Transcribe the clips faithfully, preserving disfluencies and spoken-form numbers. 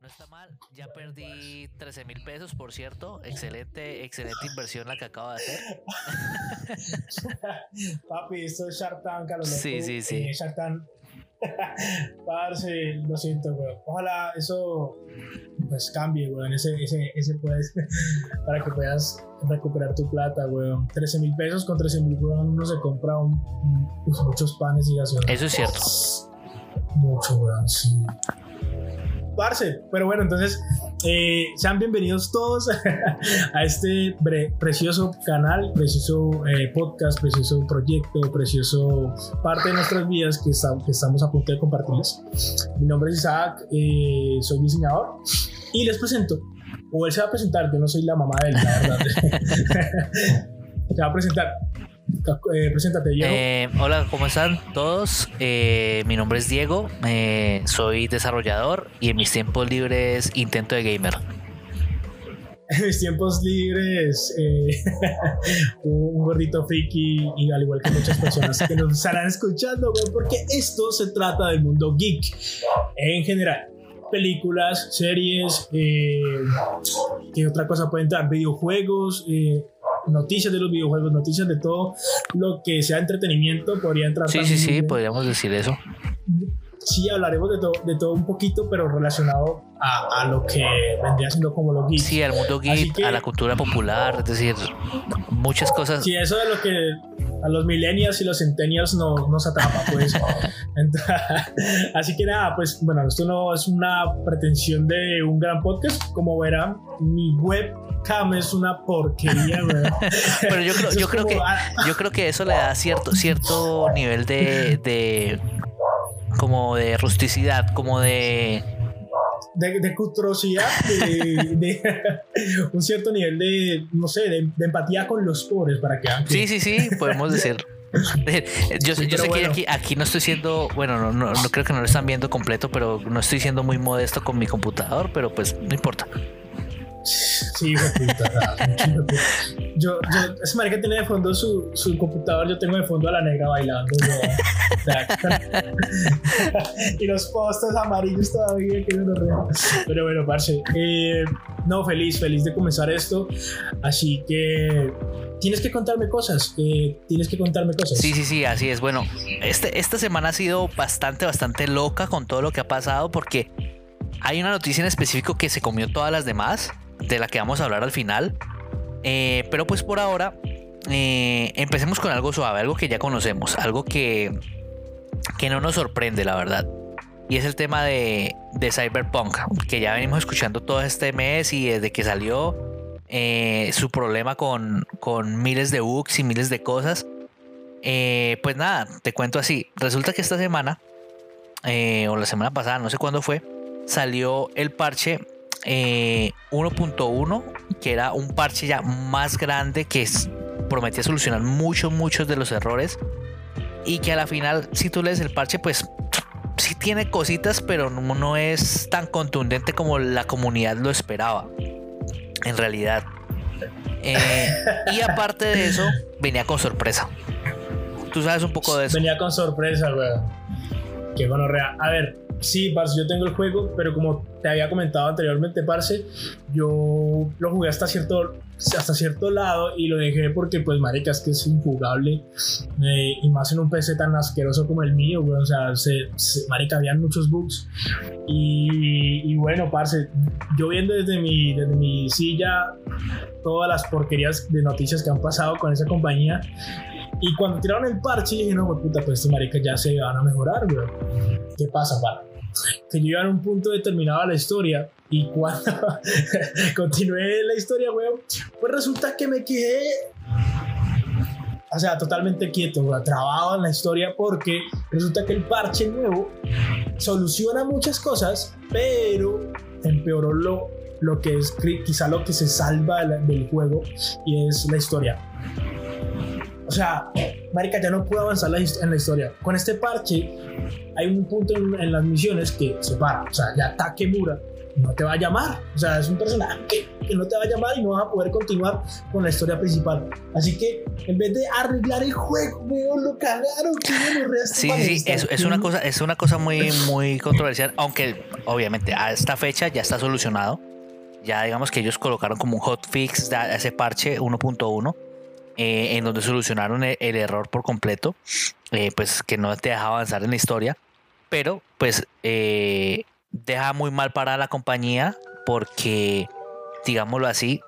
está mal. Ya perdí trece mil pesos, por cierto. Excelente, excelente inversión la que acabo de hacer. Papi, esto es Shark Tank a lo loco. Sí, sí, sí. Eh, Shark Tank. Parce, lo siento, weón. Ojalá eso pues cambie, weón. Ese, ese, ese puedes para que puedas recuperar tu plata, weón. trece mil pesos con trece mil, weón. Uno se compra un, un, pues, muchos panes y gaseosa. Eso es cierto. Mucho, weón, sí. Parce, pero bueno, entonces eh, sean bienvenidos todos a este bre- precioso canal, precioso eh, podcast, precioso proyecto, precioso parte de nuestras vidas que, está, que estamos a punto de compartirles. Mi nombre es Isaac, eh, soy diseñador y les presento, o él se va a presentar, yo no soy la mamá de él, la verdad. Se va a presentar. Eh, preséntate, Diego. Eh, hola, ¿cómo están todos? Eh, mi nombre es Diego, eh, soy desarrollador y en mis tiempos libres intento de gamer. En mis tiempos libres, eh, un gordito friki, y al igual que muchas personas que nos estarán escuchando, porque esto se trata del mundo geek en general. Películas, series, eh, ¿qué otra cosa puede entrar? Videojuegos, eh, noticias de los videojuegos, noticias de todo lo que sea entretenimiento podría entrar. Sí, sí, sí, podríamos decir eso. Sí, hablaremos de todo, de todo un poquito, pero relacionado a, a lo que vendría siendo como lo geek. Sí, al mundo geek, que, a la cultura popular, es decir, muchas cosas. Sí, eso de lo que a los millennials y los centennials nos, nos atrapa, pues. Así que nada, pues bueno, esto no es una pretensión de un gran podcast. Como verán, mi webcam es una porquería, ¿verdad? Pero yo creo, yo creo como, que yo creo que eso le da cierto, cierto nivel de, de como de rusticidad, como de de, de cutrosidad, de, de un cierto nivel de, no sé, de, de empatía con los pobres, para que vean. Sí, sí, sí, podemos decir. Yo, sí, yo sé bueno. que aquí, aquí no estoy siendo, bueno, no, no, no creo que no lo están viendo completo, pero no estoy siendo muy modesto con mi computador, pero pues no importa. Sí, hijo de puta, nada, yo, yo, ese marica tiene de fondo su, su computador, yo tengo de fondo a la negra bailando, ¿no? Y los postes amarillos todavía que no lo pero bueno, parce, eh, no, feliz, feliz de comenzar esto, así que tienes que contarme cosas, eh, tienes que contarme cosas. Sí, sí, sí, así es. Bueno, este, esta semana ha sido bastante, bastante loca con todo lo que ha pasado, porque hay una noticia en específico que se comió todas las demás, de la que vamos a hablar al final. Eh, pero pues por ahora, eh, empecemos con algo suave, algo que ya conocemos, algo que, que no nos sorprende, la verdad. Y es el tema de, de Cyberpunk, que ya venimos escuchando todo este mes y desde que salió, eh, su problema con, con miles de bugs y miles de cosas. Eh, pues nada, te cuento así. Resulta que esta semana, eh, o la semana pasada, no sé cuándo fue, salió el parche eh, uno punto uno, que era un parche ya más grande que es, prometía solucionar muchos, muchos de los errores, y que a la final, si tú lees el parche, pues sí tiene cositas, pero no, no es tan contundente como la comunidad lo esperaba, en realidad. Eh, y aparte de eso, venía con sorpresa. ¿Tú sabes un poco de eso? Venía con sorpresa, weón. Qué gonorrea. A ver, sí, parce, yo tengo el juego, pero como te había comentado anteriormente, parce, yo lo jugué hasta cierto, hasta cierto lado y lo dejé porque, pues, marica, es que es injugable, eh, y más en un P C tan asqueroso como el mío, güey. O sea, se, se, marica, habían muchos bugs y, y bueno, parce, yo viendo desde mi, desde mi silla todas las porquerías de noticias que han pasado con esa compañía, y cuando tiraron el parche dije, no, puta, pues estos maricas ya se van a mejorar, güey. ¿Qué pasa, para? Que yo iba en un punto determinado a la historia, y cuando continué la historia, güey, pues resulta que me quedé, o sea, totalmente quieto, güey, trabado en la historia, porque resulta que el parche nuevo soluciona muchas cosas, pero empeoró lo, lo que es quizá lo que se salva del juego, y es la historia. O sea, marica, ya no puedo avanzar la en la historia. Con este parche hay un punto en, en las misiones que se para. O sea, ya Takemura no te va a llamar. O sea, es un personaje que, porque no te va a llamar y no vas a poder continuar con la historia principal. Así que en vez de arreglar el juego, weón, lo cagaron. Sí, sí, sí, es, es una cosa, es una cosa muy, muy controversial, aunque obviamente a esta fecha ya está solucionado. Ya digamos que ellos colocaron como un hotfix a ese parche uno punto uno. Eh, en donde solucionaron el, el error por completo, eh, pues que no te deja avanzar en la historia, pero pues eh, deja muy mal para la compañía porque, digámoslo así,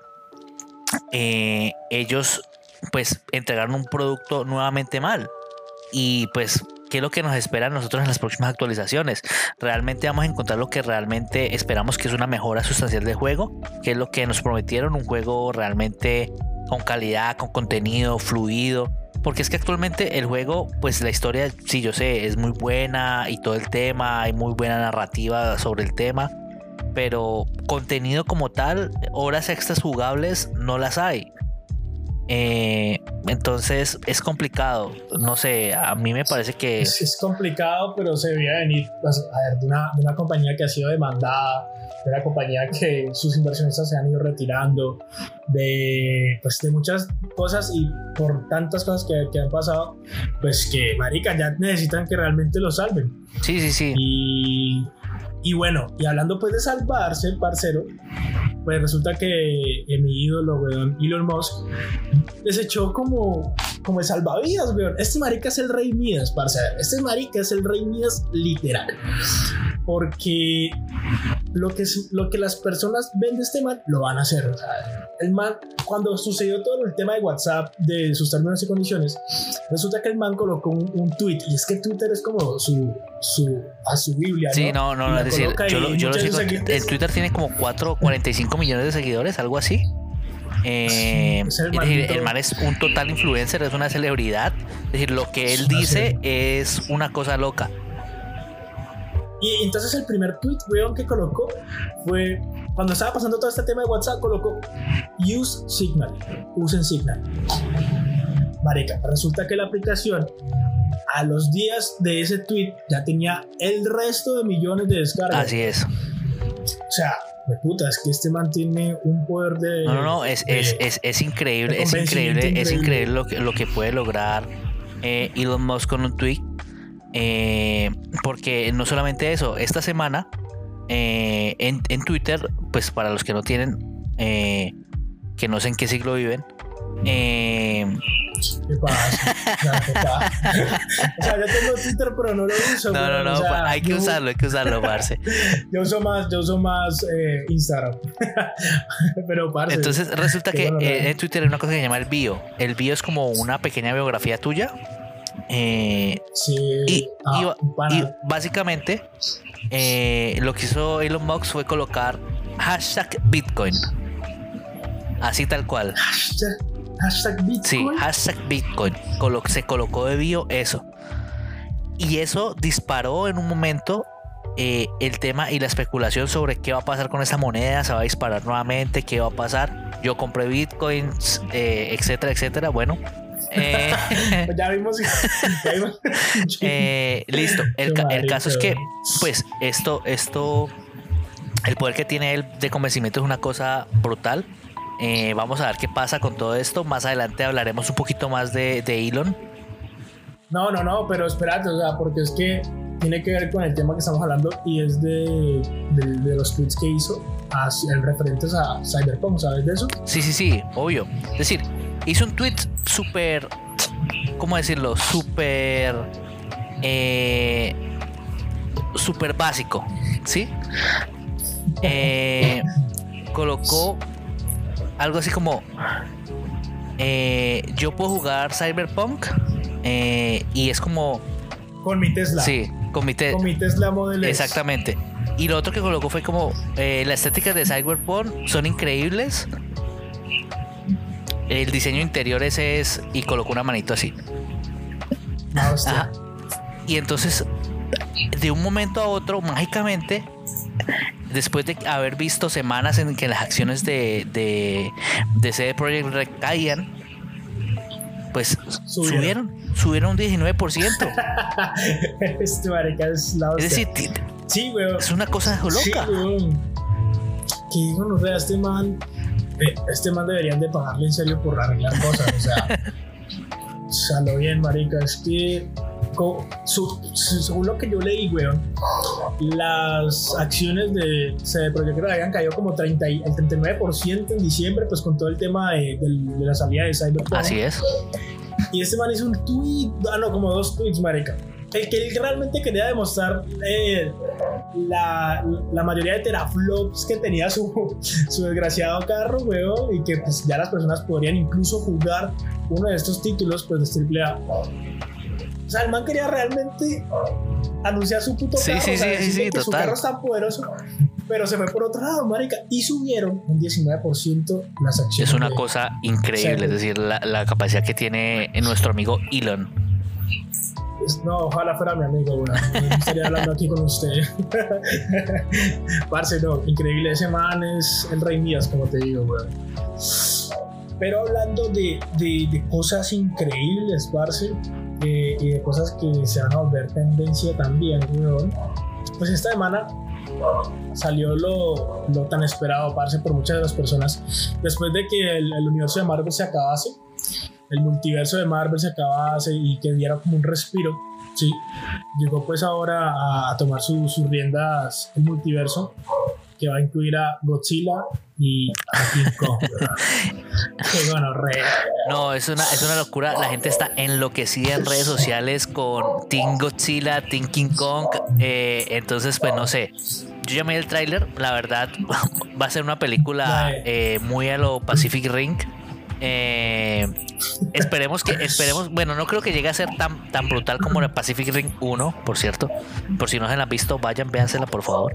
eh, ellos pues entregaron un producto nuevamente mal y pues ¿qué es lo que nos espera a nosotros en las próximas actualizaciones? ¿Realmente vamos a encontrar lo que realmente esperamos, que es una mejora sustancial del juego? ¿Qué es lo que nos prometieron? Un juego realmente con calidad, con contenido fluido, porque es que actualmente el juego, pues la historia, sí, yo sé, es muy buena y todo el tema, hay muy buena narrativa sobre el tema, pero contenido como tal, horas extras jugables, no las hay. Eh, entonces es complicado, no sé, a mí me parece que es, es complicado, pero se debía venir, pues, a ver, de una, de una compañía que ha sido demandada, de una compañía que sus inversionistas se han ido retirando, de, pues, de muchas cosas y por tantas cosas que, que han pasado, pues que marica ya necesitan que realmente lo salven. Sí, sí, sí. Y, y bueno, y hablando pues de salvarse, parcero, pues resulta que mi ídolo, weón, Elon Musk, les echó como, como el salvavidas, weón. Este marica es el rey Midas, parcero. Este marica es el rey Midas literal. Porque lo que, lo que las personas ven de este man, lo van a hacer. O sea, el man, cuando sucedió todo el tema de WhatsApp, de sus términos y condiciones, resulta que el man colocó un, un tweet. Y es que Twitter es como su, su, a su Biblia, ¿no? Sí, no, no, no, es decir, yo lo, yo lo sigo. El Twitter tiene como cuarenta y cinco millones de seguidores, algo así. Eh, sí, es decir, el man es un total influencer, es una celebridad. Es decir, lo que él dice es una cosa loca. Y entonces el primer tweet, weón, que colocó fue cuando estaba pasando todo este tema de WhatsApp, colocó use Signal, usen Signal. Marica, resulta que la aplicación a los días de ese tweet ya tenía el resto de millones de descargas. Así es. O sea, de puta, es que este man tiene un poder de... No, no, no, es, de, es, es, es increíble, es increíble, increíble, es increíble lo que, lo que puede lograr eh, Elon Musk con un tweet. Eh, porque no solamente eso, esta semana eh, en, en Twitter, pues para los que no tienen, eh, que no sé en qué siglo viven, eh, ¿qué pasa? ¿Qué pasa? O sea, yo tengo Twitter, pero no lo uso. No, no, no, o sea, hay que yo, usarlo, hay que usarlo, parce. Yo uso más, yo uso más eh, Instagram. Pero, parce. Entonces resulta que eh, en Twitter hay una cosa que se llama el bio. El bio es como una pequeña biografía tuya. Eh, sí, y, ah, y, y básicamente eh, lo que hizo Elon Musk fue colocar hashtag Bitcoin, así tal cual. Hashtag, hashtag Bitcoin. Sí, hashtag Bitcoin. Colo- se colocó de bio eso, y eso disparó en un momento eh, el tema y la especulación sobre qué va a pasar con esa moneda. Se va a disparar nuevamente, qué va a pasar. Yo compré Bitcoins, eh, etcétera, etcétera. Bueno. Eh, ya vimos, ya vimos. eh, listo, el, ca- el caso es que pues esto esto el poder que tiene él de convencimiento es una cosa brutal. Eh, vamos a ver qué pasa con todo esto. Más adelante hablaremos un poquito más de, de Elon. No, no, no, pero espérate, o sea, porque es que tiene que ver con el tema que estamos hablando y es de, de, de los tweets que hizo hacia, referentes a Cyberpunk, ¿sabes de eso? Sí, sí, sí, obvio. Es decir, hizo un tweet súper, ¿cómo decirlo? Súper, eh, súper básico, ¿sí? Eh, colocó algo así como, eh, yo puedo jugar Cyberpunk eh, y es como... Con mi Tesla. Sí, con mi, te- con mi Tesla Model S. Exactamente. Y lo otro que colocó fue como, eh, las estéticas de Cyberpunk son increíbles. El diseño interior ese es... Y colocó una manito así. Ah, hostia. Ajá. Y entonces, de un momento a otro, mágicamente, después de haber visto semanas en que las acciones de, de, de C D Projekt Red caían, pues subieron, subieron, subieron un diecinueve por ciento. Este marica es la hostia. Es decir, t- sí, weón. Es una cosa loca. Sí, weón. Que hijo, no sé, este man eh, este man deberían de pagarle en serio por arreglar cosas, o sea, o sea, lo bien, marica, es que co- su- su- según lo que yo leí, weón, las acciones de C D Projekt Red habían caído como treinta y- el treinta y nueve por ciento en diciembre, pues con todo el tema de, de- de la salida de Cyberpunk. Así es. Y este man hizo un tweet, ah no, como dos tweets, marica. El que él realmente quería demostrar eh, la, la mayoría de teraflops que tenía su, su desgraciado carro, weón, y que pues, ya las personas podrían incluso jugar uno de estos títulos pues de triple A. O sea, el man quería realmente anunciar su puto Sí, carro, sí, o sea, sí, decirle sí, que total. su carro es tan poderoso, pero se fue por otro lado, marica, y subieron un diecinueve por ciento las acciones. Es una de- cosa increíble, Sí. es decir, la, la capacidad que tiene nuestro amigo Elon. Pues, no, ojalá fuera mi amigo, weón. No estaría hablando aquí con usted. Parce, no, increíble. Ese man es el rey Mías, como te digo, weón. Pero hablando de, de, de cosas increíbles, parce, eh, y de cosas que se van a volver tendencia también, weón. Pues esta semana salió lo, lo tan esperado, parce, por muchas de las personas. Después de que el, el universo de Marvel se acabase, el multiverso de Marvel se acabase y que diera como un respiro, sí, llegó pues ahora a, a tomar su- sus riendas el multiverso, que va a incluir a Godzilla y a King Kong. Qué gonorrea. No, es una, es una locura. La gente está enloquecida en redes sociales con Team Godzilla, Team King Kong. Eh, entonces, pues no sé. Yo ya me vi el tráiler. La verdad, va a ser una película eh, muy a lo Pacific Rim. Eh, esperemos que, esperemos, bueno, no creo que llegue a ser tan, tan brutal como la Pacific Rim uno, por cierto. Por si no se la han visto, vayan, véansela, por favor.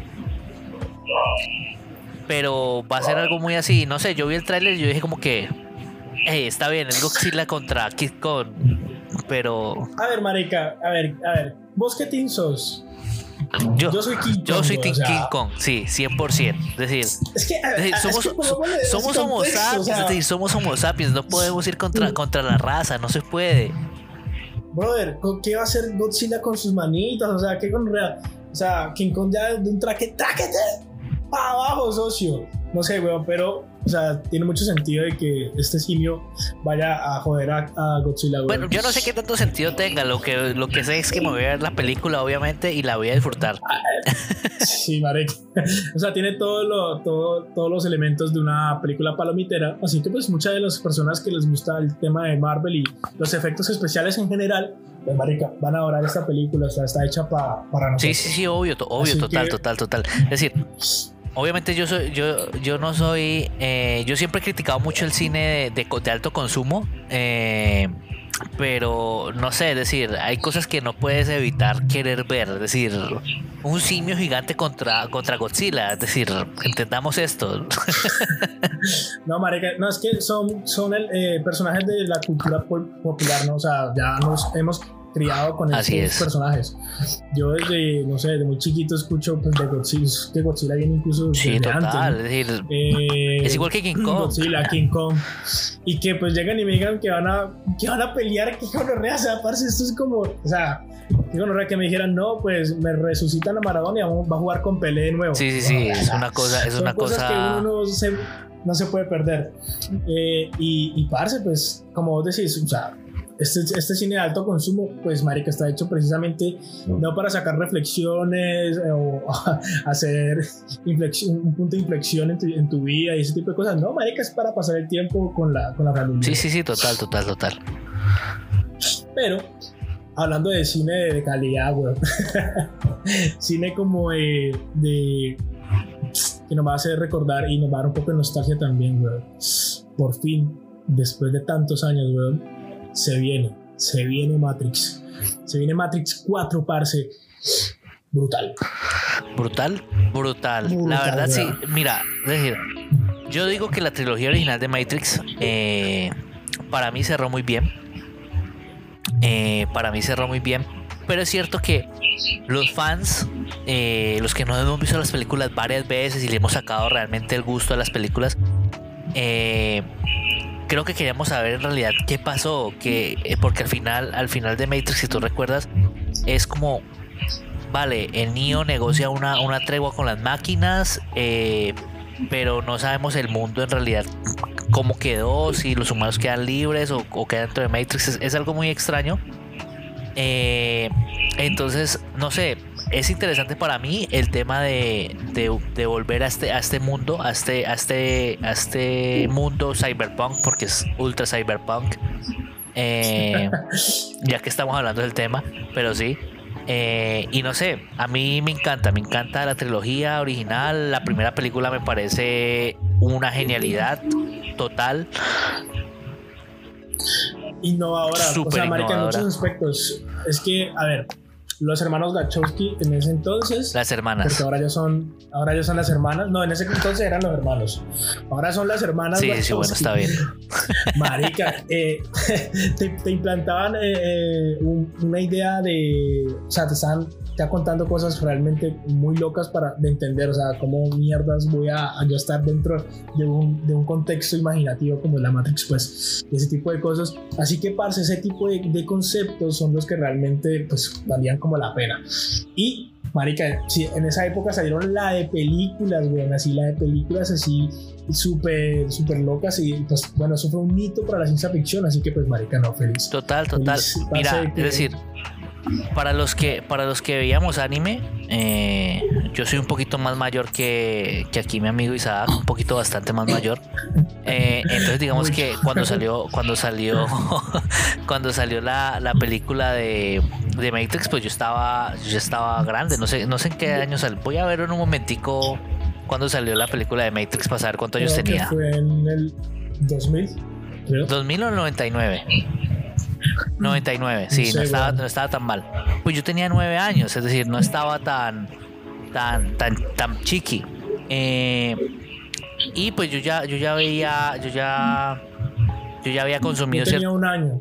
Pero va a ser algo muy así, no sé, yo vi el tráiler y yo dije como que hey, está bien, es Godzilla contra King Kong, pero A ver, marica, a ver, a ver, ¿vos qué team sos? yo, Yo soy King Kong. yo soy o Team sea, King Kong, sí, cien por ciento. Es decir, Es que, a es ver, decir, es somos, que pongámosle ese somos homo contexto, sapiens, o sea, es decir, somos homo sapiens, no podemos ir contra, contra la raza, no se puede. brother, ¿qué va a hacer Godzilla con sus manitas? O sea, ¿qué con real? O sea, King Kong ya de un traque, tráquete para abajo, socio. No sé, weón, pero, o sea, tiene mucho sentido de que este simio vaya a joder a, a Godzilla, weón. Bueno, yo no sé qué tanto sentido tenga, lo que, lo que sé es que me voy a ver la película, obviamente, y la voy a disfrutar. Sí, marica. O sea, tiene todo lo, todo, todos los elementos de una película palomitera. Así que, pues, muchas de las personas que les gusta el tema de Marvel y los efectos especiales en general, pues, marica, van a adorar esta película. O sea, está hecha pa, para nosotros. Sí, sí, sí, obvio, to- obvio, Así total, que- total, total. Es decir, obviamente yo soy, yo, yo no soy, eh, yo siempre he criticado mucho el cine de, de, co- de alto consumo, eh, pero no sé, es decir, hay cosas que no puedes evitar querer ver, es decir, un simio gigante contra, contra Godzilla, es decir, entendamos esto. No, marica, no, es que son, son el, eh, personajes de la cultura pop- popular, ¿no? O sea, ya nos hemos criado con Así estos es. personajes. Yo desde, no sé, desde muy chiquito escucho pues, de Godzilla, que Godzilla viene incluso Sí, desde total, antes, es ¿no? decir, Eh, es igual que King Kong. Godzilla, King Kong. Y que pues llegan y me digan que van a, que van a pelear, que gonorrea, o sea, parce, esto es como, o sea, que gonorrea que me dijeran, no, pues me resucitan a Maradona y vamos- va a jugar con Pelé de nuevo. Sí, sí, sí, es una cosa, es Son una cosas cosa. que uno no se, no se puede perder. Eh, y, y parce, pues, como vos decís, o sea, este, este cine de alto consumo, pues, marica, está hecho precisamente no para sacar reflexiones eh, o hacer inflexión, un punto de inflexión en tu, en tu vida y ese tipo de cosas. No, marica, es para pasar el tiempo con la, con la familia. Sí, sí, sí, total, total, total. Pero, hablando de cine de calidad, weón. Cine como de, de que nos va a hacer recordar y nos va a dar un poco de nostalgia también, weón. Por fin, después de tantos años, weón, se viene, se viene Matrix. Se viene Matrix cuatro, parce. Brutal. Brutal, brutal. Brutal, La verdad, sí. ¿verdad? Mira, es decir, yo digo que la trilogía original de Matrix eh, para mí cerró muy bien. Eh, para mí cerró muy bien. Pero es cierto que los fans, eh, los que no hemos visto las películas varias veces y le hemos sacado realmente el gusto a las películas, eh, creo que queríamos saber en realidad qué pasó. Que, eh, porque al final, al final de Matrix, si tú recuerdas, es como... Vale, el Neo negocia una, una tregua con las máquinas, eh, pero no sabemos el mundo en realidad cómo quedó, si los humanos quedan libres o, o quedan dentro de Matrix. Es, es algo muy extraño. Eh, entonces, no sé, es interesante para mí el tema de, de, de volver a este, a este mundo, a este, a este, a este mundo cyberpunk, porque es ultra cyberpunk. Eh, ya que estamos hablando del tema, pero sí. Eh, y no sé, a mí me encanta, me encanta la trilogía original. La primera película me parece una genialidad total. Innovadora, Súper o sea, marica, en innovadora. muchos aspectos. Es que, a ver, los hermanos Wachowski en ese entonces, Las hermanas. porque ahora ya son, ahora ya son las hermanas. No, en ese entonces eran los hermanos. Ahora son las hermanas Sí, Wachowski. sí, bueno, está bien. Marica, eh, te, te implantaban eh, eh, un- una idea de, o sea, te estaban ya contando cosas realmente muy locas para de entender, o sea, cómo mierdas voy a, a yo estar dentro de un, de un contexto imaginativo como la Matrix, pues, ese tipo de cosas. Así que, parce, ese tipo de, de conceptos son los que realmente, pues, valían como la pena. Y, marica, sí, en esa época salieron la de películas, weón, así, la de películas así, súper, súper locas, y pues, bueno, eso fue un hito para la ciencia ficción, así que, pues, marica, no, feliz. Total, total. Feliz, Mira, parce, es que- decir, para los que para los que veíamos anime, eh, yo soy un poquito más mayor que, que aquí mi amigo Isaac, un poquito bastante más mayor. Eh, entonces digamos Mucho. que cuando salió cuando salió cuando salió la, la película de, de Matrix, pues yo estaba yo ya estaba grande, no sé no sé en qué año salió. Voy a ver en un momentico cuando salió la película de Matrix para saber cuántos años creo que tenía. fue en el dos mil, creo. ¿dos mil o noventa y nueve? noventa y nueve, sí, No sé, no estaba, bueno. no estaba tan mal. Pues yo tenía nueve años, es decir, no estaba tan, tan, tan, tan chiqui. Eh, y pues yo ya, yo ya veía, yo ya, yo ya había Yo consumido tenía cierto, un año.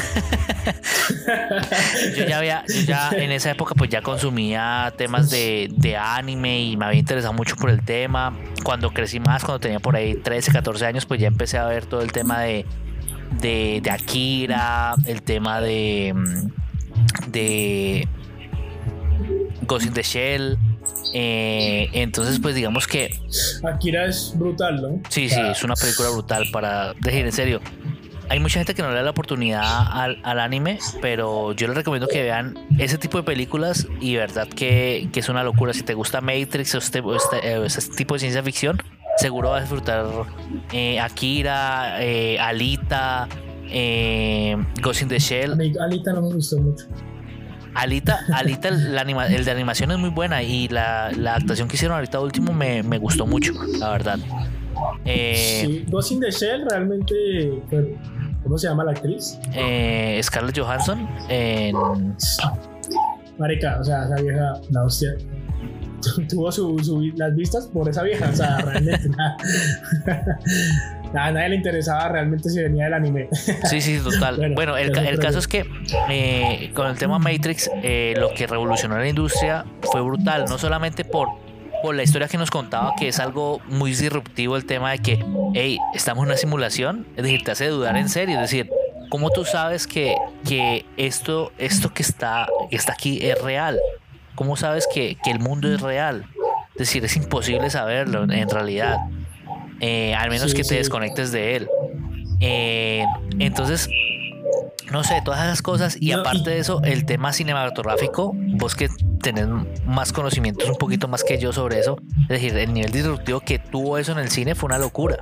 yo ya había, yo ya en esa época pues ya consumía temas de, de anime y me había interesado mucho por el tema. Cuando crecí más, cuando tenía por ahí trece, catorce años, pues ya empecé a ver todo el tema de de, de Akira, el tema de de Ghost in the Shell. Eh, entonces pues digamos que Akira es brutal, ¿no? sí, O sí, sea, es una película brutal para decir en serio. Hay mucha gente que no le da la oportunidad al, al anime, pero yo les recomiendo que vean ese tipo de películas y verdad que, que es una locura. Si te gusta Matrix o este, o este, o este tipo de ciencia ficción, seguro vas a disfrutar eh, Akira, eh, Alita, eh, Ghost in the Shell. a mí Alita no me gustó mucho. Alita, Alita el, la anima- el de animación es muy buena y la, la actuación que hicieron ahorita último me, me gustó mucho, la verdad. Eh, Sí, Ghost in the Shell realmente fue- ¿cómo se llama la actriz? eh, Scarlett Johansson en Marica, o sea, esa vieja, la hostia. Tuvo su, su- las vistas por esa vieja, o sea, realmente nada. Nada, a nadie le interesaba realmente si venía del anime. sí, sí, total. Bueno, Bueno, el, eso ca- el creo caso yo. es que eh, con el tema Matrix, eh, lo que revolucionó la industria fue brutal, no solamente por, por la historia que nos contaba, que es algo muy disruptivo, el tema de que, hey, estamos en una simulación, es decir, te hace dudar en serio, es decir, ¿cómo tú sabes que, que esto, esto que está, que está aquí es real? ¿Cómo sabes que, que el mundo es real? Es decir, es imposible saberlo en realidad. Eh, al menos Sí, que te sí. desconectes de él. Eh, entonces, no sé, todas esas cosas. Y No, aparte y- de eso, el tema cinematográfico, vos que tenés más conocimientos, un poquito más que yo sobre eso. Es decir, el nivel disruptivo que tuvo eso en el cine fue una locura.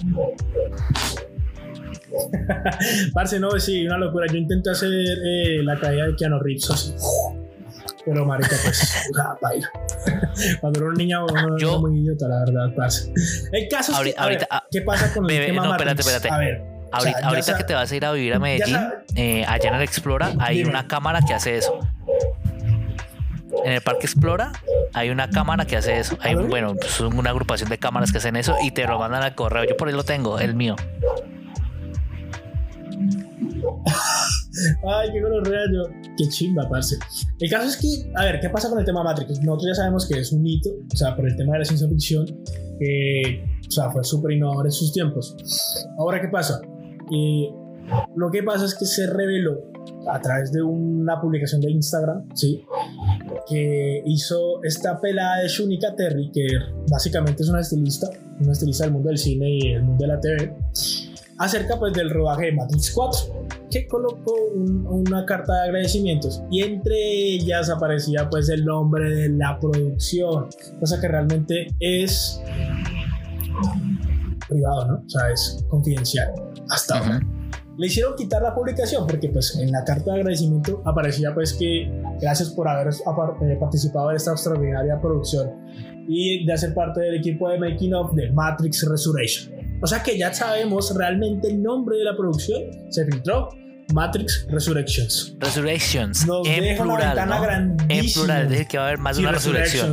Parce, no, sí, una locura. Yo intenté hacer eh, la caída de Keanu Reeves así. Pero marica, pues, o sea, baila. Cuando era un niño, uno Yo- era muy idiota, la verdad, parce. El caso es Ahorita- que, a ver, ahorita- ah, ¿qué pasa con el bebé, tema no, espérate, Matrix? espérate. A ver, o Ahorita, sea, ya ahorita sa- que te vas a ir a vivir a ya Medellín, sa- eh, allá en el Explora hay Dime. una cámara que hace eso. En el Parque Explora hay una cámara que hace eso. Hay, ¿A dónde? bueno, pues, son una agrupación de cámaras que hacen eso y te lo mandan al correo. Yo por ahí lo tengo, el mío. Ay, qué gonorrea yo. Qué chimba, parce. El caso es que, a ver, ¿qué pasa con el tema Matrix? Nosotros ya sabemos que es un hito, o sea, por el tema de la ciencia ficción, eh, o sea, fue súper innovador en sus tiempos. Ahora, ¿qué pasa? Eh, lo que pasa es que se reveló a través de una publicación de Instagram, ¿sí? que hizo esta pelada de Shunika Terry, que básicamente es una estilista, una estilista del mundo del cine y el mundo de la T V, acerca pues del rodaje de Matrix cuatro, que colocó un, una carta de agradecimientos y entre ellas aparecía pues el nombre de la producción, cosa que realmente es privado, ¿no? O sea, es confidencial hasta ahora. Uh-huh. Le hicieron quitar la publicación porque pues en la carta de agradecimiento aparecía pues que gracias por haber participado en esta extraordinaria producción y de hacer parte del equipo de making of de Matrix Resurrection. O sea que ya sabemos realmente el nombre de la producción, se filtró, Matrix Resurrections. Resurrections, nos en deja plural, una ventana ¿no? grandísima. En plural, es decir que va a haber más de una resurrección.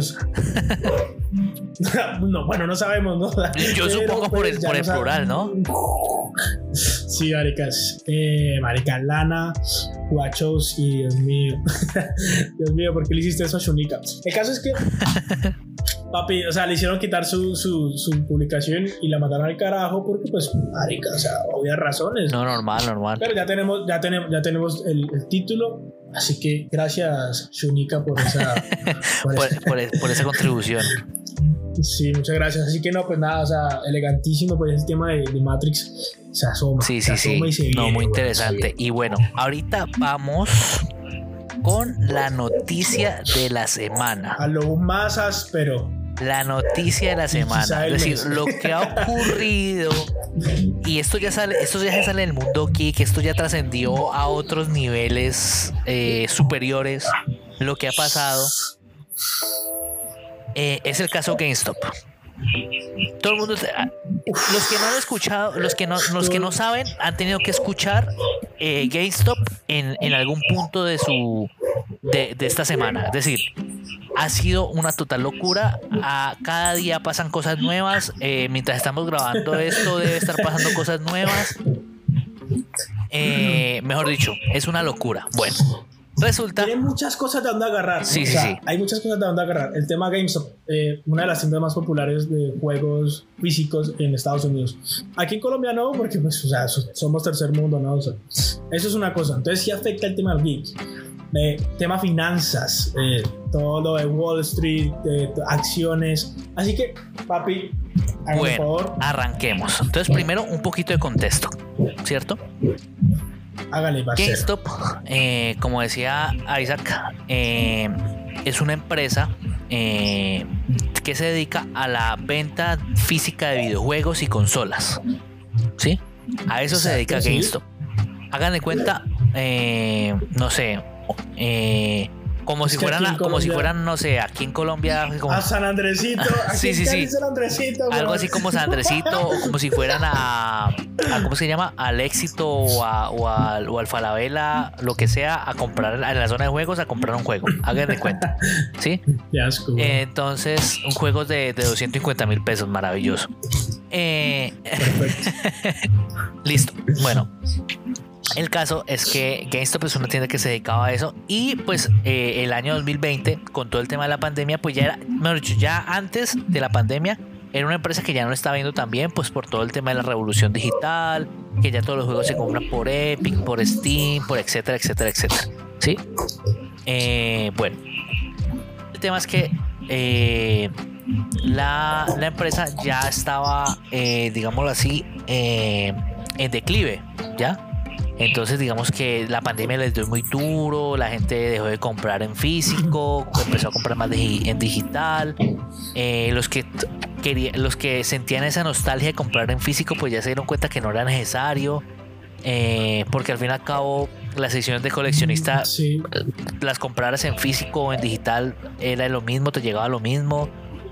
No, bueno, no sabemos, ¿no? Yo pero, supongo por el, por el plural, ¿no? Sí, maricas. Eh, marica, Lana, Guachos y Dios mío. Dios mío, ¿por qué le hiciste eso a Shunika? El caso es que, papi, o sea, le hicieron quitar su, su, su publicación y la mandaron al carajo porque, pues, marica, o sea, obvias razones. No, normal, normal. Pero ya tenemos, ya tenemos, ya tenemos el, el título. Así que gracias, Shunika, por esa, por, por, esa. por, por esa contribución. Sí, muchas gracias. Así que no, pues nada, o sea, elegantísimo pues el tema de, de Matrix se asoma. Sí, se sí, asoma sí. Y se no, viene, muy bueno, interesante. Y bueno, ahorita vamos con la noticia de la semana. A lo más áspero. La noticia de la semana. Es decir, lo que ha ocurrido. Y esto ya sale, esto ya sale del mundo geek, esto ya trascendió a otros niveles eh, superiores. Lo que ha pasado. Eh, es el caso GameStop. Todo el mundo, los que no han escuchado, los que no, los que no saben, han tenido que escuchar eh, GameStop en, en algún punto de su de, de esta semana. Es decir, ha sido una total locura. A cada día pasan cosas nuevas. Eh, mientras estamos grabando esto, debe estar pasando cosas nuevas. Eh, mejor dicho, es una locura. Bueno. Resulta. Tiene muchas cosas de donde agarrar. Sí, ¿no? sí, o sea, sí. Hay muchas cosas de donde agarrar. El tema GameStop, eh, una de las tiendas más populares de juegos físicos en Estados Unidos. Aquí en Colombia no, porque pues, o sea, somos tercer mundo, ¿no? O sea, eso es una cosa. Entonces sí afecta el tema del geek. Eh, tema finanzas, eh, todo lo de Wall Street, eh, acciones. Así que, papi, bueno, por favor. Arranquemos. Entonces, primero, un poquito de contexto, ¿cierto? Hágale, GameStop, eh, como decía Isaac, eh, es una empresa eh, que se dedica a la venta física de videojuegos y consolas. ¿Sí? A eso Exacto, se dedica ¿sí? GameStop. Hagan de cuenta, eh, no sé, eh, como es si fueran, a, como si fueran, no sé, aquí en Colombia, como, a San Andresito, aquí sí, sí, sí, San Andresito, algo así como San Andresito, o como si fueran a, a ¿cómo se llama? Al Éxito o, a, o, a, o al Falabella, lo que sea, a comprar en la zona de juegos, a comprar un juego. Hagan de cuenta, ¿sí? Qué asco, eh, entonces, un juego de, de doscientos cincuenta mil pesos, maravilloso. Eh, Listo. Bueno. El caso es que GameStop es una tienda que se dedicaba a eso y pues eh, el año dos mil veinte con todo el tema de la pandemia pues ya era, mejor dicho, ya antes de la pandemia era una empresa que ya no estaba viendo tan bien pues por todo el tema de la revolución digital, que ya todos los juegos se compran por Epic, por Steam, por etcétera, etcétera, etcétera, ¿sí? Eh, bueno, el tema es que eh, la, la empresa ya estaba, eh, digámoslo así, eh, en declive, ¿ya? Entonces digamos que la pandemia les dio muy duro, la gente dejó de comprar en físico, empezó a comprar más de, en digital. Eh, los que querían, los que sentían esa nostalgia de comprar en físico, pues ya se dieron cuenta que no era necesario, eh, porque al fin y al cabo las ediciones de coleccionista, sí. las compraras en físico o en digital era lo mismo, te llegaba lo mismo.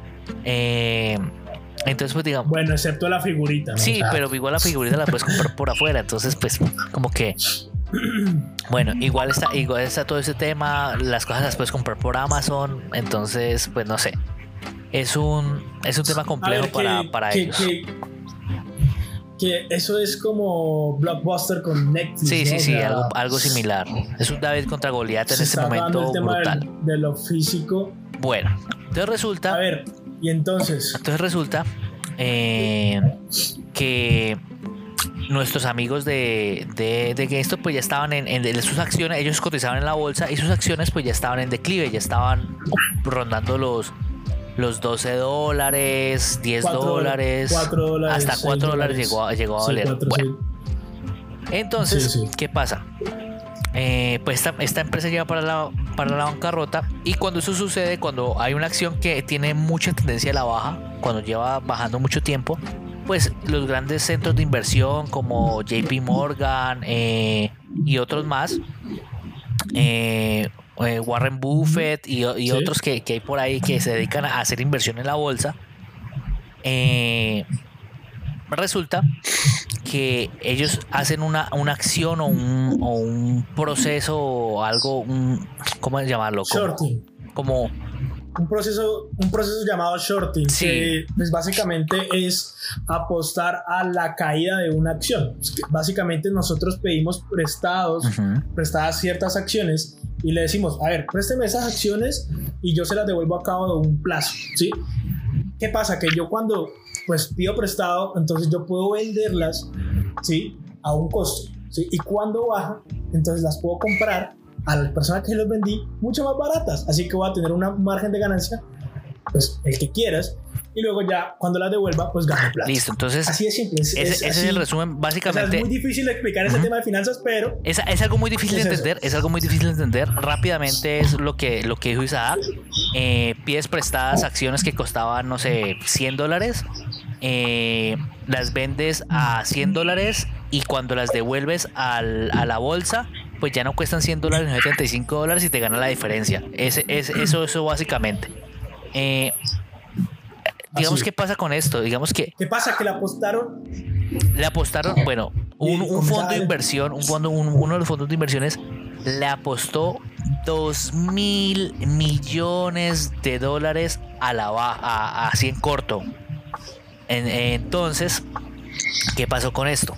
Eh, Entonces, pues digamos. Bueno, excepto la figurita, ¿no? Sí, o sea, pero igual la figurita la puedes comprar por afuera. Entonces, pues, como que. Bueno, igual está, igual está todo ese tema. Las cosas las puedes comprar por Amazon. Entonces, pues no sé. Es un, es un tema complejo ver, para, que, para que, ellos. Que, que eso es como Blockbuster con Netflix. Sí, ¿no? sí, o sí, sea, algo, algo similar. Es un David contra Goliat en este momento el tema brutal. De, de lo físico. Bueno, entonces resulta. A ver. Y entonces entonces resulta eh, que nuestros amigos de, de, de GameStop pues ya estaban en, en, en sus acciones, ellos cotizaban en la bolsa y sus acciones pues ya estaban en declive, ya estaban rondando los, los doce dólares, diez dólares, cuatro dólares, hasta cuatro dólares llegó, llegó a sí, valer. cuatro, Bueno, sí. entonces, Sí, sí. ¿qué pasa? Eh, pues esta, esta empresa llega para la, para la bancarrota, y cuando eso sucede, cuando hay una acción que tiene mucha tendencia a la baja, cuando lleva bajando mucho tiempo, pues los grandes centros de inversión como J P Morgan eh, y otros más, eh, eh, Warren Buffett y, y Sí. otros que, que hay por ahí que se dedican a hacer inversión en la bolsa, eh, resulta que ellos hacen una, una acción o un, o un proceso o algo, un, ¿cómo llamarlo? Como, Shorting. como Un proceso, un proceso llamado shorting, Sí. que pues básicamente es apostar a la caída de una acción. Es que básicamente nosotros pedimos prestados, Ujú. prestadas ciertas acciones y le decimos, a ver, présteme esas acciones y yo se las devuelvo a cabo de un plazo, ¿sí? ¿Qué pasa? Que yo cuando pues pido prestado, entonces yo puedo venderlas, ¿sí? A un costo, ¿sí? Y cuando baja, entonces las puedo comprar a las personas que los vendí mucho más baratas, así que voy a tener una margen de ganancia, pues el que quieras, y luego ya cuando las devuelva, pues gano plata. listo, entonces Así de simple. Es, ese, es ese así. es el resumen O sea, básicamente. es muy difícil explicar ese Ujú. tema de finanzas, pero Es, es algo muy difícil de Es eso. entender, es algo muy difícil de entender. Rápidamente es lo que, lo que dijo Isaac. Eh, pides prestadas acciones que costaban, no sé, cien dólares, eh, las vendes a cien dólares, y cuando las devuelves al, a la bolsa, pues ya no cuestan cien dólares, sino setenta y cinco dólares, y te gana la diferencia. Ese, es, eso, eso básicamente. Eh, digamos, Así. ¿qué pasa con esto? Digamos que ¿qué pasa? Que le apostaron. le apostaron, bueno, un, un fondo de inversión, un fondo, un- uno de los fondos de inversiones le apostó dos mil millones de dólares a la baja, así en corto. En- entonces, ¿qué pasó con esto?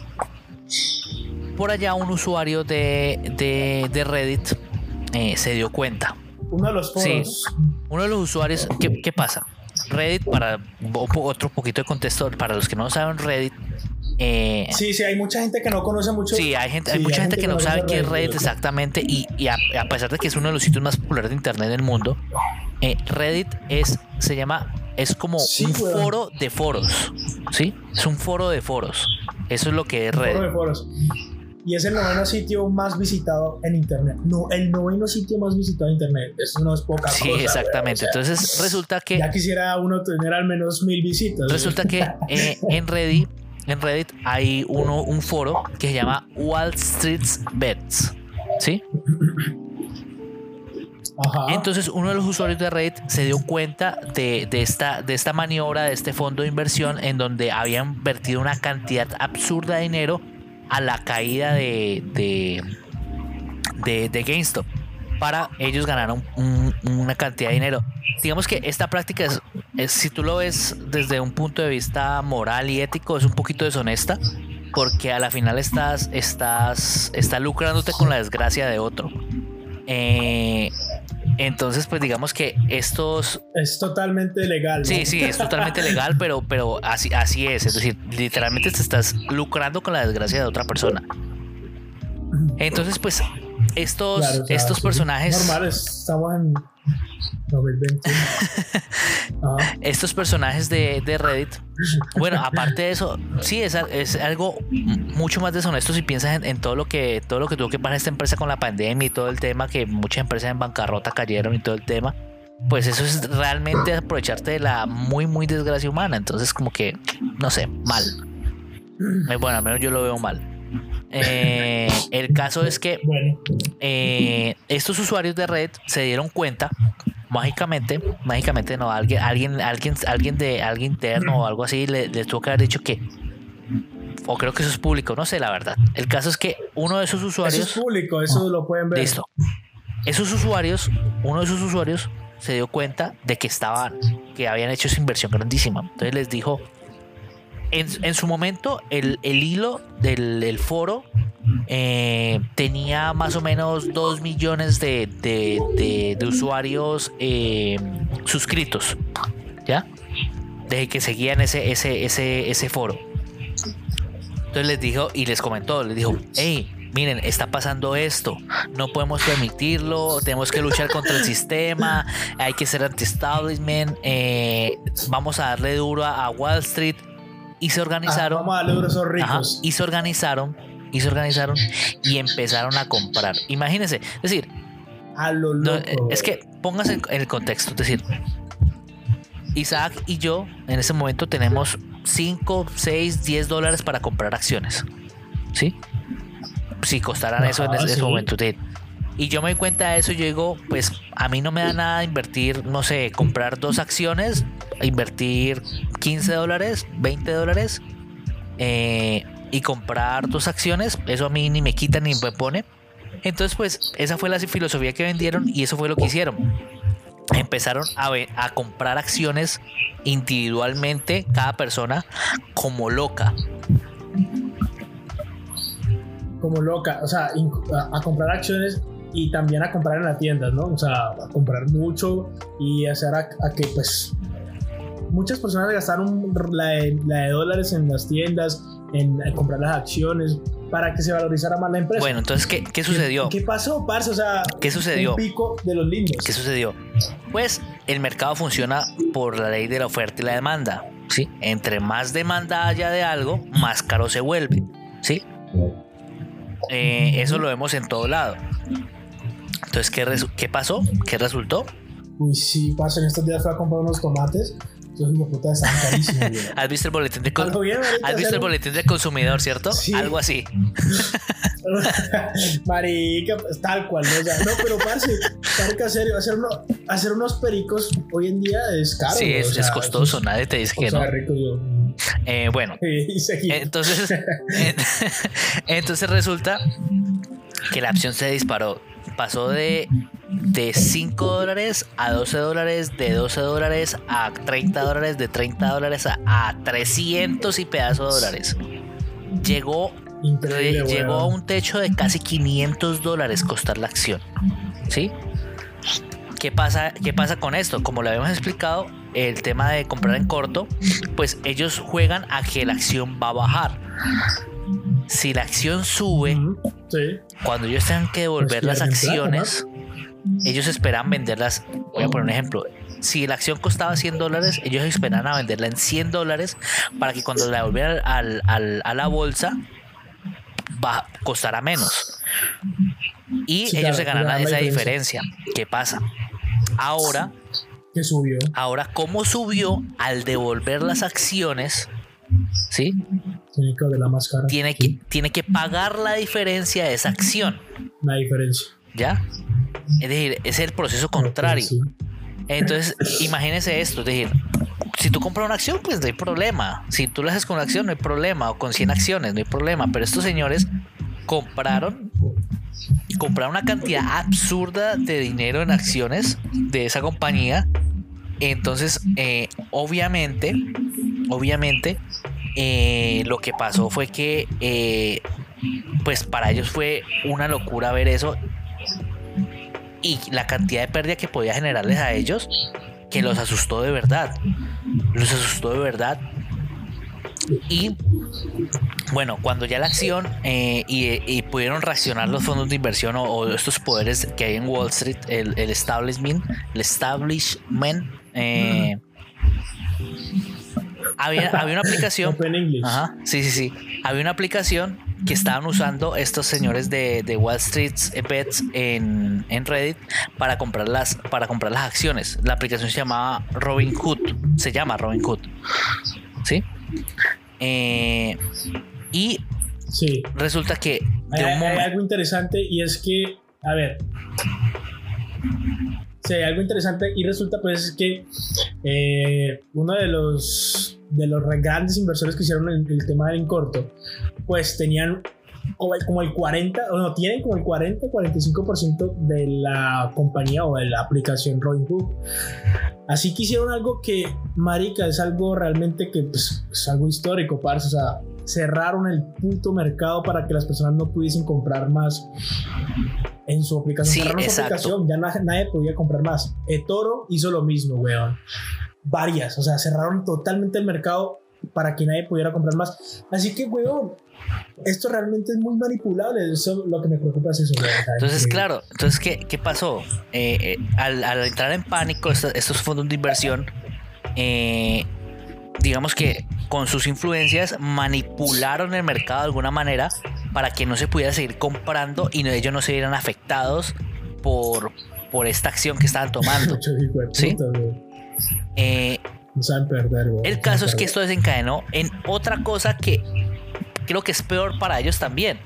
Por allá un usuario de, de, de Reddit eh, se dio cuenta. Uno de los Sí. foros. Uno de los usuarios, ¿qué, qué pasa? Reddit, para otro poquito de contexto, para los que no saben Reddit, eh, Sí, sí, hay mucha gente que no conoce mucho. sí, hay, gente, hay Sí, mucha gente que no conoce sabe qué es Reddit Reddit. exactamente, y, y a, a pesar de que es uno de los sitios más populares de internet del mundo, eh, Reddit es, se llama, es como Sí, un weón. foro de foros, ¿sí? Es un foro de foros. Eso es lo que es Foro de Reddit. foros. Y es el noveno sitio más visitado en internet. No, el noveno sitio más visitado en internet. Eso no es poca Sí, cosa. exactamente. weón. O sea, Entonces resulta que ya quisiera uno tener al menos mil visitas. Resulta que eh, en Reddit, en Reddit hay uno, un foro que se llama Wall Street Bets, ¿sí? Ajá. Entonces uno de los usuarios de Reddit se dio cuenta de, de esta, de esta maniobra, de este fondo de inversión, en donde habían vertido una cantidad absurda de dinero a la caída de, de, de, de GameStop, para ellos ganar un- un- una cantidad de dinero. Digamos que esta práctica es, es, si tú lo ves desde un punto de vista moral y ético, es un poquito deshonesta, porque a la final estás, estás, estás lucrándote con la desgracia de otro. Eh, entonces, pues digamos que estos... Es totalmente legal. ¿no? Sí, sí, es totalmente legal, pero, pero así, así es. Es decir, literalmente te estás lucrando con la desgracia de otra persona. Entonces, pues, estos, Claro, o sea, estos sí, personajes... Normal, estamos en dos mil veinte. Ajá. Estos personajes de, de Reddit, bueno, aparte de eso, sí, es, a- es algo mucho más deshonesto si piensas en, en todo lo que todo lo que tuvo que pasar esta empresa con la pandemia y todo el tema, que muchas empresas en bancarrota cayeron y todo el tema. Pues eso es realmente aprovecharte de la muy, muy desgracia humana. Entonces, como que, no sé, mal. Eh, Bueno, al menos yo lo veo mal. Eh, el caso es que Bueno, eh, estos usuarios de Reddit se dieron cuenta mágicamente, mágicamente no, alguien, alguien, alguien, alguien de alguien interno o algo así le, le tuvo que haber dicho que, o creo que eso es público, no sé la verdad. El caso es que uno de esos eso usuarios, es público, eso lo pueden ver. listo, esos usuarios, uno de esos usuarios se dio cuenta de que estaban, que habían hecho esa inversión grandísima. Entonces les dijo, en, en su momento el, el hilo del el foro eh, tenía más o menos dos millones de, de, de, de usuarios eh, suscritos, ¿ya? Desde que seguían ese, ese, ese, ese foro. Entonces Entonces les dijo y les comentó, les dijo, hey, miren, está pasando esto, no podemos permitirlo, tenemos que luchar contra el sistema, hay que ser anti-establishment, eh, vamos a darle duro a, a Wall Street. Y se organizaron. Ah, vamos a darle duro a esos ricos. Ajá, y se organizaron, y se organizaron y empezaron a comprar. Imagínense, es decir, a lo loco, no, es que póngase en el contexto, es decir, Isaac y yo en ese momento tenemos cinco, seis, diez dólares para comprar acciones, ¿sí? Si costaran Ajá, eso en ese, sí. ese momento. Y yo me doy cuenta de eso y yo digo, pues a mí no me da nada invertir, no sé, comprar dos acciones, invertir quince dólares, veinte dólares eh, y comprar dos acciones, eso a mí ni me quita ni me pone. Entonces pues esa fue la filosofía que vendieron y eso fue lo que hicieron. Empezaron a, a comprar acciones individualmente, cada persona, como loca. Como loca, o sea, a, a comprar acciones y también a comprar en las tiendas, ¿no? O sea, a comprar mucho y hacer a, a que pues muchas personas gastaron la de, la de dólares en las tiendas, en, en comprar las acciones para que se valorizara más la empresa. Bueno, entonces, ¿qué, qué sucedió? ¿Qué, qué pasó, parce? O sea, ¿qué sucedió? Un pico de los lindos. ¿Qué sucedió? Pues el mercado funciona por la ley de la oferta y la demanda, ¿sí? Entre más demanda haya de algo, más caro se vuelve, ¿sí? Eh, eso lo vemos en todo lado. Entonces, ¿qué, ¿qué pasó? ¿Qué resultó? Uy, sí, parce, en estos días fui a comprar unos tomates. Esos hijos de puta están carísimos. ¿Has visto el boletín de con... bien, ¿Has visto el boletín del consumidor, cierto? Sí. Algo así. Marica, pues, tal cual, ¿no? O sea, no, pero parce, marica, en serio, hacer, uno, hacer unos pericos hoy en día es caro. Sí, es, o sea, es costoso, es, nadie te dice que sea, no. Rico, yo. Eh, bueno, entonces, entonces resulta que la acción se disparó. Pasó de, de cinco dólares a doce dólares, de doce dólares a treinta dólares, de treinta dólares a, a trescientos y pedazos de dólares. Llegó, re, llegó a un techo de casi quinientos dólares costar la acción. ¿Sí? ¿Qué pasa, ¿Qué pasa con esto? Como lo habíamos explicado, el tema de comprar en corto, pues ellos juegan a que la acción va a bajar. Si la acción sube, uh-huh. sí. cuando ellos tengan que devolver pues las acciones, plata, ¿no? Ellos esperan venderlas. Voy a poner un ejemplo. Si la acción costaba cien dólares, ellos esperan a venderla en cien dólares para que cuando la devolvieran al, al, a la bolsa va, costará menos. Y sí, ellos claro, se ganarán esa diferencia. diferencia. ¿Qué pasa? Ahora, ¿qué subió? Ahora, ¿cómo subió al devolver las acciones? ¿Sí? Tiene que haber la más cara. Tiene que, sí. tiene que pagar la diferencia de esa acción. La diferencia. ¿Ya? Es decir, es el proceso contrario. Sí. Entonces, imagínese esto, es decir, si tú compras una acción, pues no hay problema. Si tú la haces con una acción, no hay problema. O con cien acciones, no hay problema. Pero estos señores compraron compraron una cantidad absurda de dinero en acciones de esa compañía. Entonces, eh, obviamente, obviamente, eh, lo que pasó fue que, eh, pues para ellos fue una locura ver eso y la cantidad de pérdida que podía generarles a ellos, que los asustó de verdad, los asustó de verdad. Y bueno, cuando ya la acción eh, y, y pudieron reaccionar los fondos de inversión o, o estos poderes que hay en Wall Street, el, el establishment, el establishment eh, había, había una aplicación. Ajá, sí, sí, sí. Había una aplicación que estaban usando estos señores de, de Wall Street Bets en, en Reddit para comprar las para comprar las acciones. La aplicación se llamaba Robinhood, se llama Robinhood, ¿sí? Eh, y sí. resulta que de hay, un momento... hay algo interesante y es que, a ver, sí, hay algo interesante y resulta pues que eh, uno de los de los grandes inversores que hicieron el, el tema del en corto, pues tenían como el, como el cuarenta o no, tienen como el cuarenta cuarenta y cinco por ciento de la compañía o de la aplicación Robinhood. Así que hicieron algo que, marica, es algo realmente que pues, es algo histórico, parce. O sea, cerraron el puto mercado para que las personas no pudiesen comprar más en su aplicación. Sí, cerraron su aplicación, ya nadie, nadie podía comprar más. eToro hizo lo mismo, weón. Varias, o sea, cerraron totalmente el mercado para que nadie pudiera comprar más. Así que, weón, esto realmente es muy manipulable. Eso lo que me preocupa es eso, weón. Entonces, que... claro, entonces ¿qué, qué pasó? Eh, eh, al, al entrar en pánico estos, estos fondos de inversión, eh, digamos que con sus influencias manipularon el mercado de alguna manera para que no se pudiera seguir comprando y ellos no se vieran afectados por, por esta acción que estaban tomando. ¿Sí? Eh, no saben perder, güey. El caso es que esto desencadenó en otra cosa que creo que es peor para ellos también.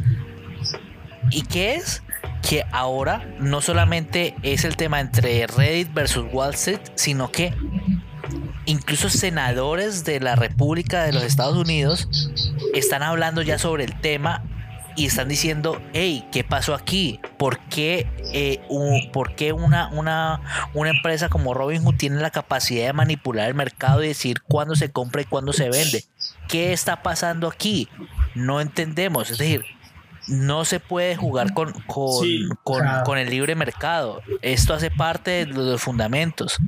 ¿Y qué es? Que ahora no solamente es el tema entre Reddit versus Wall Street, sino que incluso senadores de la República de los Estados Unidos están hablando ya sobre el tema y están diciendo, hey, ¿qué pasó aquí? ¿Por qué, eh, un, ¿por qué una, una, una empresa como Robinhood tiene la capacidad de manipular el mercado y decir cuándo se compra y cuándo se vende? ¿Qué está pasando aquí? No entendemos. Es decir, no se puede jugar con, con, sí, con, o sea, con el libre mercado. Esto hace parte de los fundamentos.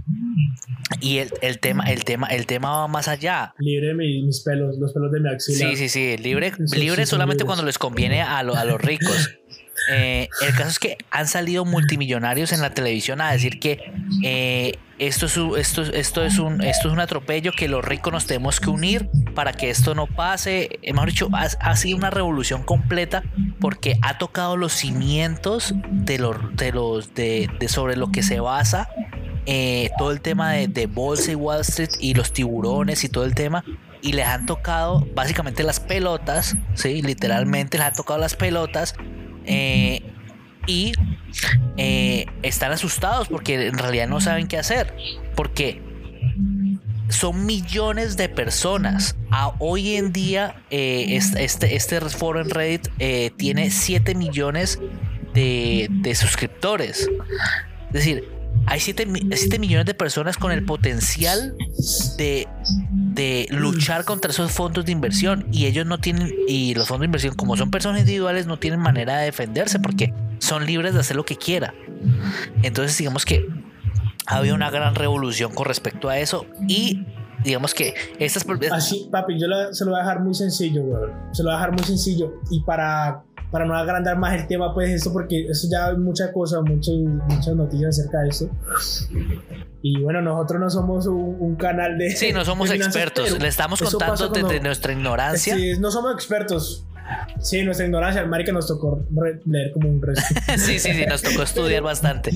Y el, el tema, el tema, el tema va más allá. Libre de mis, mis pelos, los pelos de mi axila. Sí, sí, sí. Libre, sí, libre sí, solamente libres. cuando les conviene a, lo, a los ricos. Eh, el caso es que han salido multimillonarios en la televisión a decir que eh, esto, es, esto, esto, es un, esto es un atropello, que los ricos nos tenemos que unir para que esto no pase. Eh, mejor dicho, ha, ha sido una revolución completa porque ha tocado los cimientos de, los, de, los, de, de sobre lo que se basa eh, todo el tema de, de Bolsa y Wall Street y los tiburones y todo el tema. Y les han tocado básicamente las pelotas, ¿sí? Literalmente les han tocado las pelotas. Eh, y eh, están asustados porque en realidad no saben qué hacer, porque son millones de personas. A, hoy en día eh, este, este foro en Reddit eh, tiene siete millones de, de suscriptores. Es decir, hay siete millones de personas con el potencial de, de luchar contra esos fondos de inversión, y ellos no tienen, y los fondos de inversión, como son personas individuales, no tienen manera de defenderse porque son libres de hacer lo que quieran. Entonces digamos que ha habido una gran revolución con respecto a eso, y digamos que estas... Así, papi, yo la, se lo voy a dejar muy sencillo, güey. Se lo voy a dejar muy sencillo, y para... para no agrandar más el tema, pues esto, porque eso ya hay muchas cosas, muchas, muchas noticias acerca de eso. Y bueno, nosotros no somos un, un canal de... Sí, no somos expertos, le estamos contando desde cuando, nuestra ignorancia. Sí, no somos expertos. Sí, nuestra ignorancia, el marica nos tocó re- leer como un resto. sí, sí, sí, nos tocó estudiar bastante.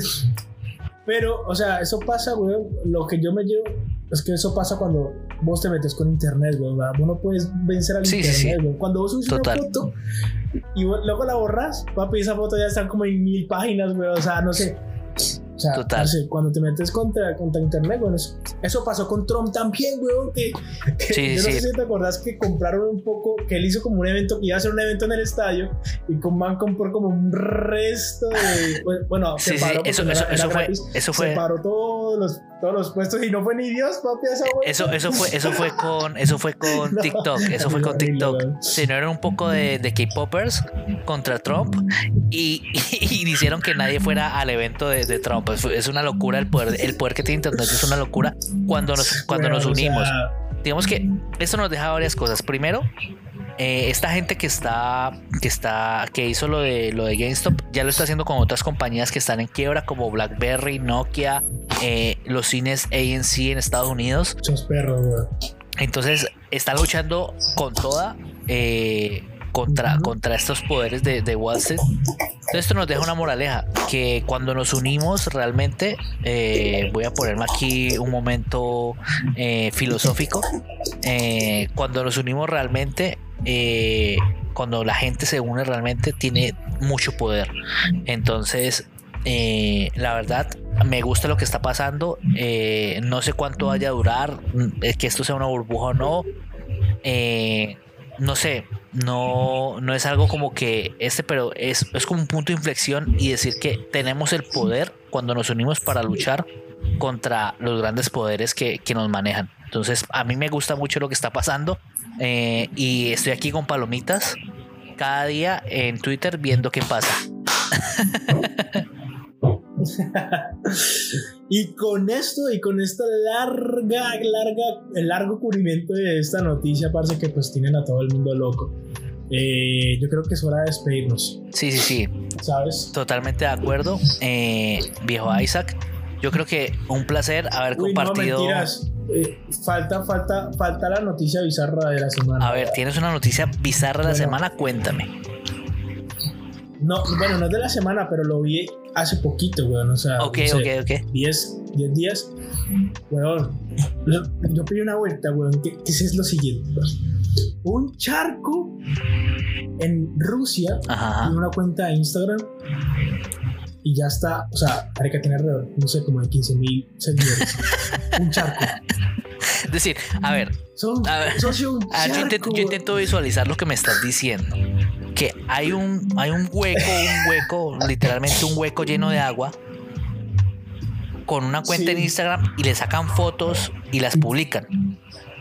Pero, o sea, eso pasa, güey. Lo que yo me llevo es que eso pasa cuando vos te metes con internet, güey. Vos no puedes vencer al sí, internet, sí, sí. güey. Cuando vos subes Total. una foto y luego la borras, papi, esa foto ya está como en mil páginas, güey. O sea, no sé. O sea, Total. No sé, cuando te metes contra, contra internet, güey. Eso, eso pasó con Trump también, güey. Que, que sí, yo no sí. sé si te acordás que compraron un poco, que él hizo como un evento, que iba a hacer un evento en el estadio, y con man compró como un resto de. Bueno, sí, se paró sí, eso, era, eso, era eso, gratis, fue, eso fue. Se paró todos los, todos los puestos y no fue ni Dios, papi, esa güey. Eso, eso fue, eso fue con, eso fue con No, TikTok, eso fue con TikTok. Si no, eran un poco de, de K-popers contra Trump, y, y, y hicieron que nadie fuera al evento de, de Trump. Es, es una locura el poder, el poder que tiene internet, es una locura cuando nos, cuando bueno, nos unimos. O sea... Digamos que esto nos deja varias cosas. Primero, eh, esta gente que está, que está, que hizo lo de lo de GameStop, ya lo está haciendo con otras compañías que están en quiebra, como BlackBerry, Nokia, eh, los cines A and C en Estados Unidos. Esos perros, güey. Entonces están luchando con toda eh, contra, uh-huh. contra estos poderes de, de Wall Street. Entonces esto nos deja una moraleja, que cuando nos unimos realmente, eh, voy a ponerme aquí un momento eh, filosófico, eh, cuando nos unimos realmente, eh, cuando la gente se une realmente, tiene mucho poder. Entonces eh, la verdad me gusta lo que está pasando, eh, no sé cuánto vaya a durar, que esto sea una burbuja o no, eh, no sé, no, no es algo como que este, pero es, es como un punto de inflexión, y decir que tenemos el poder cuando nos unimos para luchar contra los grandes poderes que, que nos manejan. Entonces a mí me gusta mucho lo que está pasando, eh, y estoy aquí con palomitas cada día en Twitter viendo qué pasa. Y con esto, y con esta larga, larga, el largo cubrimiento de esta noticia, parce, que pues tienen a todo el mundo loco. Eh, yo creo que es hora de despedirnos. Sí, sí, sí. ¿Sabes? Totalmente de acuerdo. Eh, viejo Isaac, yo creo que un placer haber Uy, compartido. No, mentiras. Eh, falta, falta, falta la noticia bizarra de la semana. A ver, ¿tienes una noticia bizarra de la Bueno. semana? Cuéntame. No, bueno, no es de la semana, pero lo vi hace poquito, weón. O sea, Ok, no sé, ok, ok. diez días. Weón, yo, yo pedí una vuelta, weón. Que, que es lo siguiente, weón. Un charco en Rusia Ajá. tiene una cuenta de Instagram y ya está, o sea, hay que tener alrededor, no sé, como de quince mil seguidores. Un charco. Es decir, a ver, Son, A ver, socio, un a ver, yo, charco, intento, yo weón. intento visualizar lo que me estás diciendo. Que hay un, hay un hueco, un hueco, literalmente un hueco lleno de agua, con una cuenta Sí. en Instagram y le sacan fotos y las publican.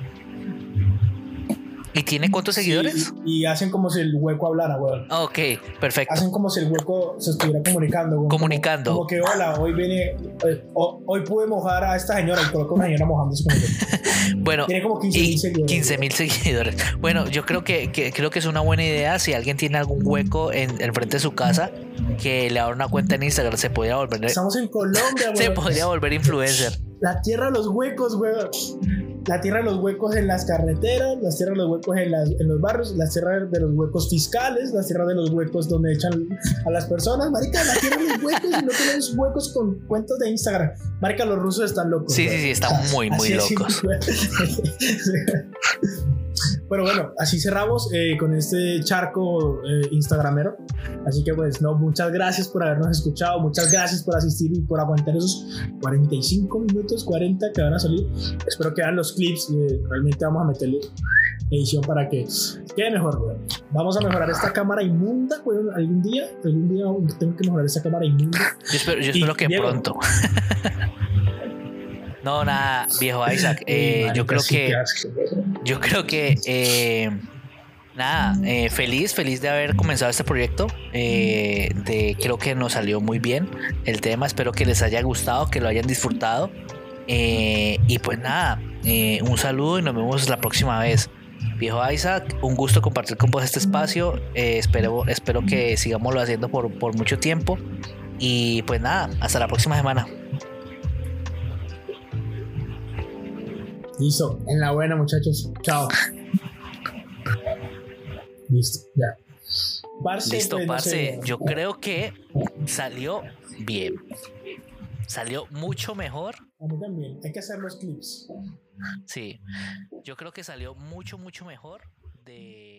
¿Y tiene cuántos Sí, seguidores? y, y hacen como si el hueco hablara, weón. Ok, perfecto. Hacen como si el hueco se estuviera comunicando. Como, Comunicando. Como, como que, hola, hoy viene. eh, ho- hoy pude mojar a esta señora y coloco a una señora mojándose como yo. Bueno, Tiene como quince mil y seguidores. quince mil seguidores. Bueno, yo creo que, que creo que es una buena idea. Si alguien tiene algún hueco en, en frente de su casa, que le abra una cuenta en Instagram, se podría volver, Estamos en Colombia, se weón. podría volver influencer. La tierra de los huecos, weón. La tierra de los huecos en las carreteras, la tierra de los huecos en, las, en los barrios, la tierra de los huecos fiscales, la tierra de los huecos donde echan a las personas. Marica, la tierra de los huecos y no tenemos huecos con cuentas de Instagram. Marica, los rusos están locos. Sí, weón. sí, sí, están O sea, muy, muy así de locos. simple, weón. Pero bueno, así cerramos eh, con este charco eh, instagramero. Así que pues no, muchas gracias por habernos escuchado, muchas gracias por asistir y por aguantar esos cuarenta y cinco minutos, cuarenta que van a salir. Espero que vean los clips, eh, realmente vamos a meterle edición para que quede mejor, weón. Vamos a mejorar esta cámara inmunda, weón, algún día, algún día tengo que mejorar esta cámara inmunda. Yo espero, yo Y, espero que Diego. pronto. No, nada, viejo Isaac. Uy, eh, marica, yo creo sí, que qué asco, weón. Yo creo que eh, nada, eh, feliz, feliz de haber comenzado este proyecto. Eh, de, creo que nos salió muy bien el tema. Espero que les haya gustado, que lo hayan disfrutado. Eh, y pues nada, eh, un saludo y nos vemos la próxima vez. Viejo Isaac, un gusto compartir con vos este espacio. Eh, espero, espero que sigámoslo haciendo por, por mucho tiempo. Y pues nada, hasta la próxima semana. Listo, en la buena, muchachos. Chao. Listo, ya. Parce, Listo, pues, no parce. sé. Yo creo que salió bien. Salió mucho mejor. A mí también. Hay que hacer los clips. Sí, yo creo que salió mucho, mucho mejor de